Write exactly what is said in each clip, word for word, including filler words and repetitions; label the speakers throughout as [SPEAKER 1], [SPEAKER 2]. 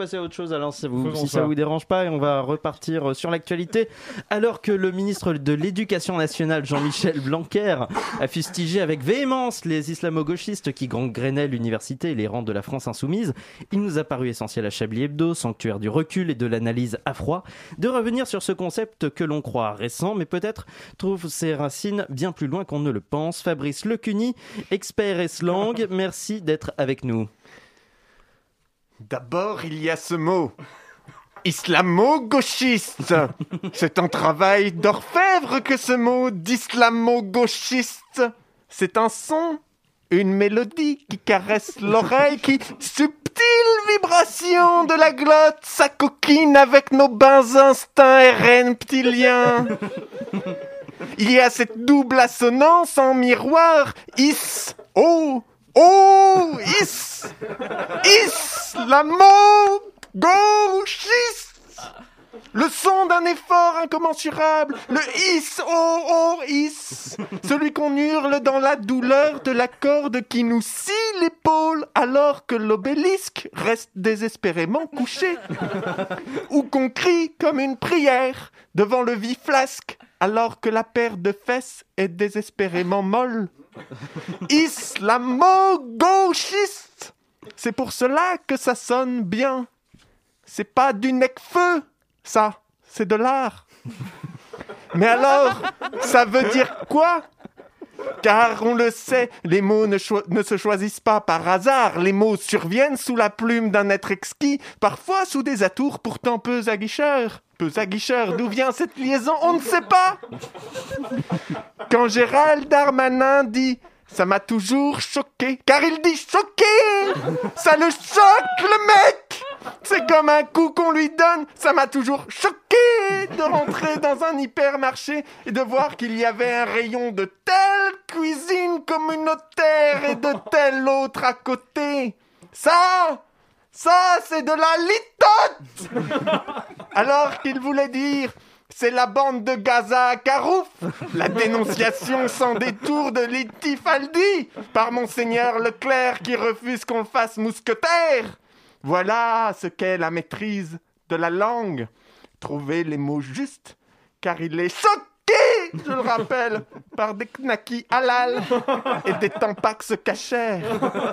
[SPEAKER 1] passer à autre chose alors si, vous, si
[SPEAKER 2] ça.
[SPEAKER 1] ça vous dérange pas, et on va repartir sur l'actualité alors que le ministre de l'Éducation nationale Jean-Michel Blanquer a fustigé avec véhémence les islamo-gauchistes qui gangrénaient l'université et les rangs de la France insoumise. Il nous a paru essentiel à Chablis Hebdo, sanctuaire du recul et de l'analyse à froid, de revenir sur ce concept que l'on croit récent mais peut-être trouve ses racines bien plus loin qu'on ne le pense. Fabrice Lecuny, expert et slang, merci d'être avec nous.
[SPEAKER 3] D'abord, il y a ce mot. Islamo-gauchiste. C'est un travail d'orfèvre que ce mot d'islamo-gauchiste. C'est un son, une mélodie qui caresse l'oreille, qui, subtile vibration de la glotte, s'acoquine avec nos bas instincts reptiliens. Il y a cette double assonance en miroir. Is, oh, oh, is, islamo-gauchiste. Le son d'un effort incommensurable, le is, oh, oh, is. Celui qu'on hurle dans la douleur de la corde qui nous scie l'épaule alors que l'obélisque reste désespérément couché. Ou qu'on crie comme une prière devant le vif flasque alors que la paire de fesses est désespérément molle. Islamo-gauchiste. C'est pour cela que ça sonne bien. C'est pas du nec-feu, ça, c'est de l'art. Mais alors, ça veut dire quoi ? Car on le sait, les mots ne, cho- ne se choisissent pas par hasard. Les mots surviennent sous la plume d'un être exquis, parfois sous des atours pourtant peu aguicheurs. Peu aguicheurs, d'où vient cette liaison ? On ne sait pas. Quand Gérald Darmanin dit « ça m'a toujours choqué », car il dit « choqué », ça le choque, le mec. C'est comme un coup qu'on lui donne. Ça m'a toujours choqué de rentrer dans un hypermarché et de voir qu'il y avait un rayon de telle cuisine communautaire et de telle autre à côté. Ça, ça, c'est de la litote. Alors qu'il voulait dire... c'est la bande de Gaza à Carouf, la dénonciation sans détour de Litifaldi par Monseigneur Leclerc qui refuse qu'on le fasse mousquetaire. Voilà ce qu'est la maîtrise de la langue. Trouver les mots justes, car il est choqué, je le rappelle, par des knackis halal et des tampax cachers.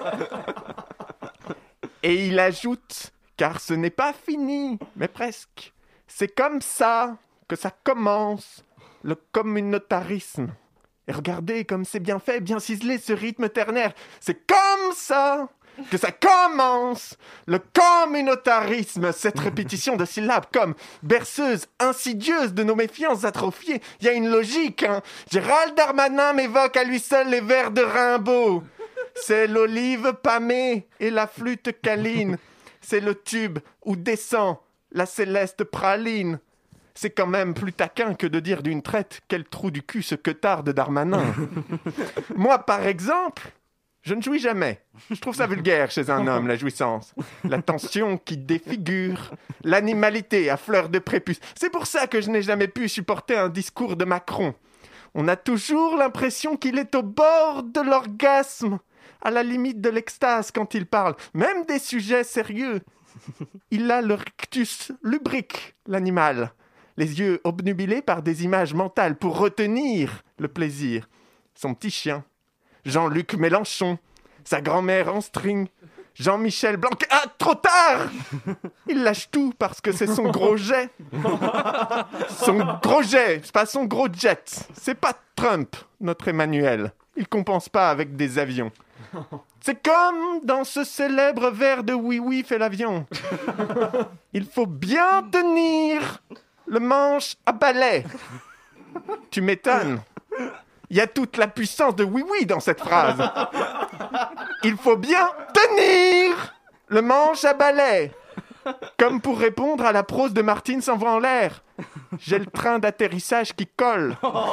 [SPEAKER 3] Et il ajoute, car ce n'est pas fini, mais presque. C'est comme ça que ça commence, le communautarisme. Et regardez comme c'est bien fait, bien ciselé ce rythme ternaire. C'est comme ça que ça commence, le communautarisme, cette répétition de syllabes comme berceuse insidieuse de nos méfiances atrophiées. Il y a une logique, hein. Gérald Darmanin m'évoque à lui seul les vers de Rimbaud. C'est l'olive pâmée et la flûte câline. C'est le tube où descend la céleste praline. C'est quand même plus taquin que de dire d'une traite quel trou du cul ce que tarde Darmanin. Moi, par exemple, je ne jouis jamais. Je trouve ça vulgaire chez un homme, la jouissance. La tension qui défigure, l'animalité à fleur de prépuce. C'est pour ça que je n'ai jamais pu supporter un discours de Macron. On a toujours l'impression qu'il est au bord de l'orgasme, à la limite de l'extase quand il parle, même des sujets sérieux. Il a le rictus lubrique, l'animal. Les yeux obnubilés par des images mentales pour retenir le plaisir. Son petit chien, Jean-Luc Mélenchon, sa grand-mère en string, Jean-Michel Blanquer. Ah, trop tard! Il lâche tout parce que c'est son gros jet. Son gros jet, c'est pas son gros jet. C'est pas Trump, notre Emmanuel. Il compense pas avec des avions. C'est comme dans ce célèbre vers de Oui Oui fait l'avion. Il faut bien tenir le manche à balai. Tu m'étonnes. Il y a toute la puissance de Oui Oui dans cette phrase. Il faut bien tenir le manche à balai. Comme pour répondre à la prose de Martine s'envoie en l'air. J'ai le train d'atterrissage qui colle.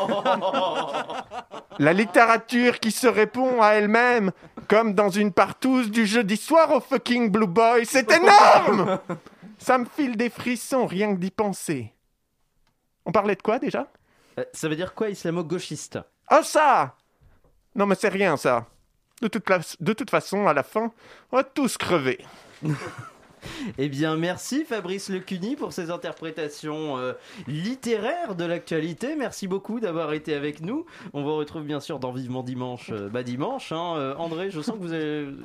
[SPEAKER 3] La littérature qui se répond à elle-même, comme dans une partouze du jeudi soir au fucking Blue Boy. C'est énorme! Ça me file des frissons rien que d'y penser. On parlait de quoi déjà ?
[SPEAKER 1] Euh, ça veut dire quoi, islamo-gauchiste ?
[SPEAKER 3] Oh ça ! Non mais c'est rien ça. De toute, la... de toute façon, à la fin, on va tous crever.
[SPEAKER 1] Eh bien, merci Fabrice Lecuny pour ces interprétations euh, littéraires de l'actualité. Merci beaucoup d'avoir été avec nous. On vous retrouve bien sûr dans Vivement Dimanche, euh, bah dimanche. Hein. Euh, André, je sens que vous avez,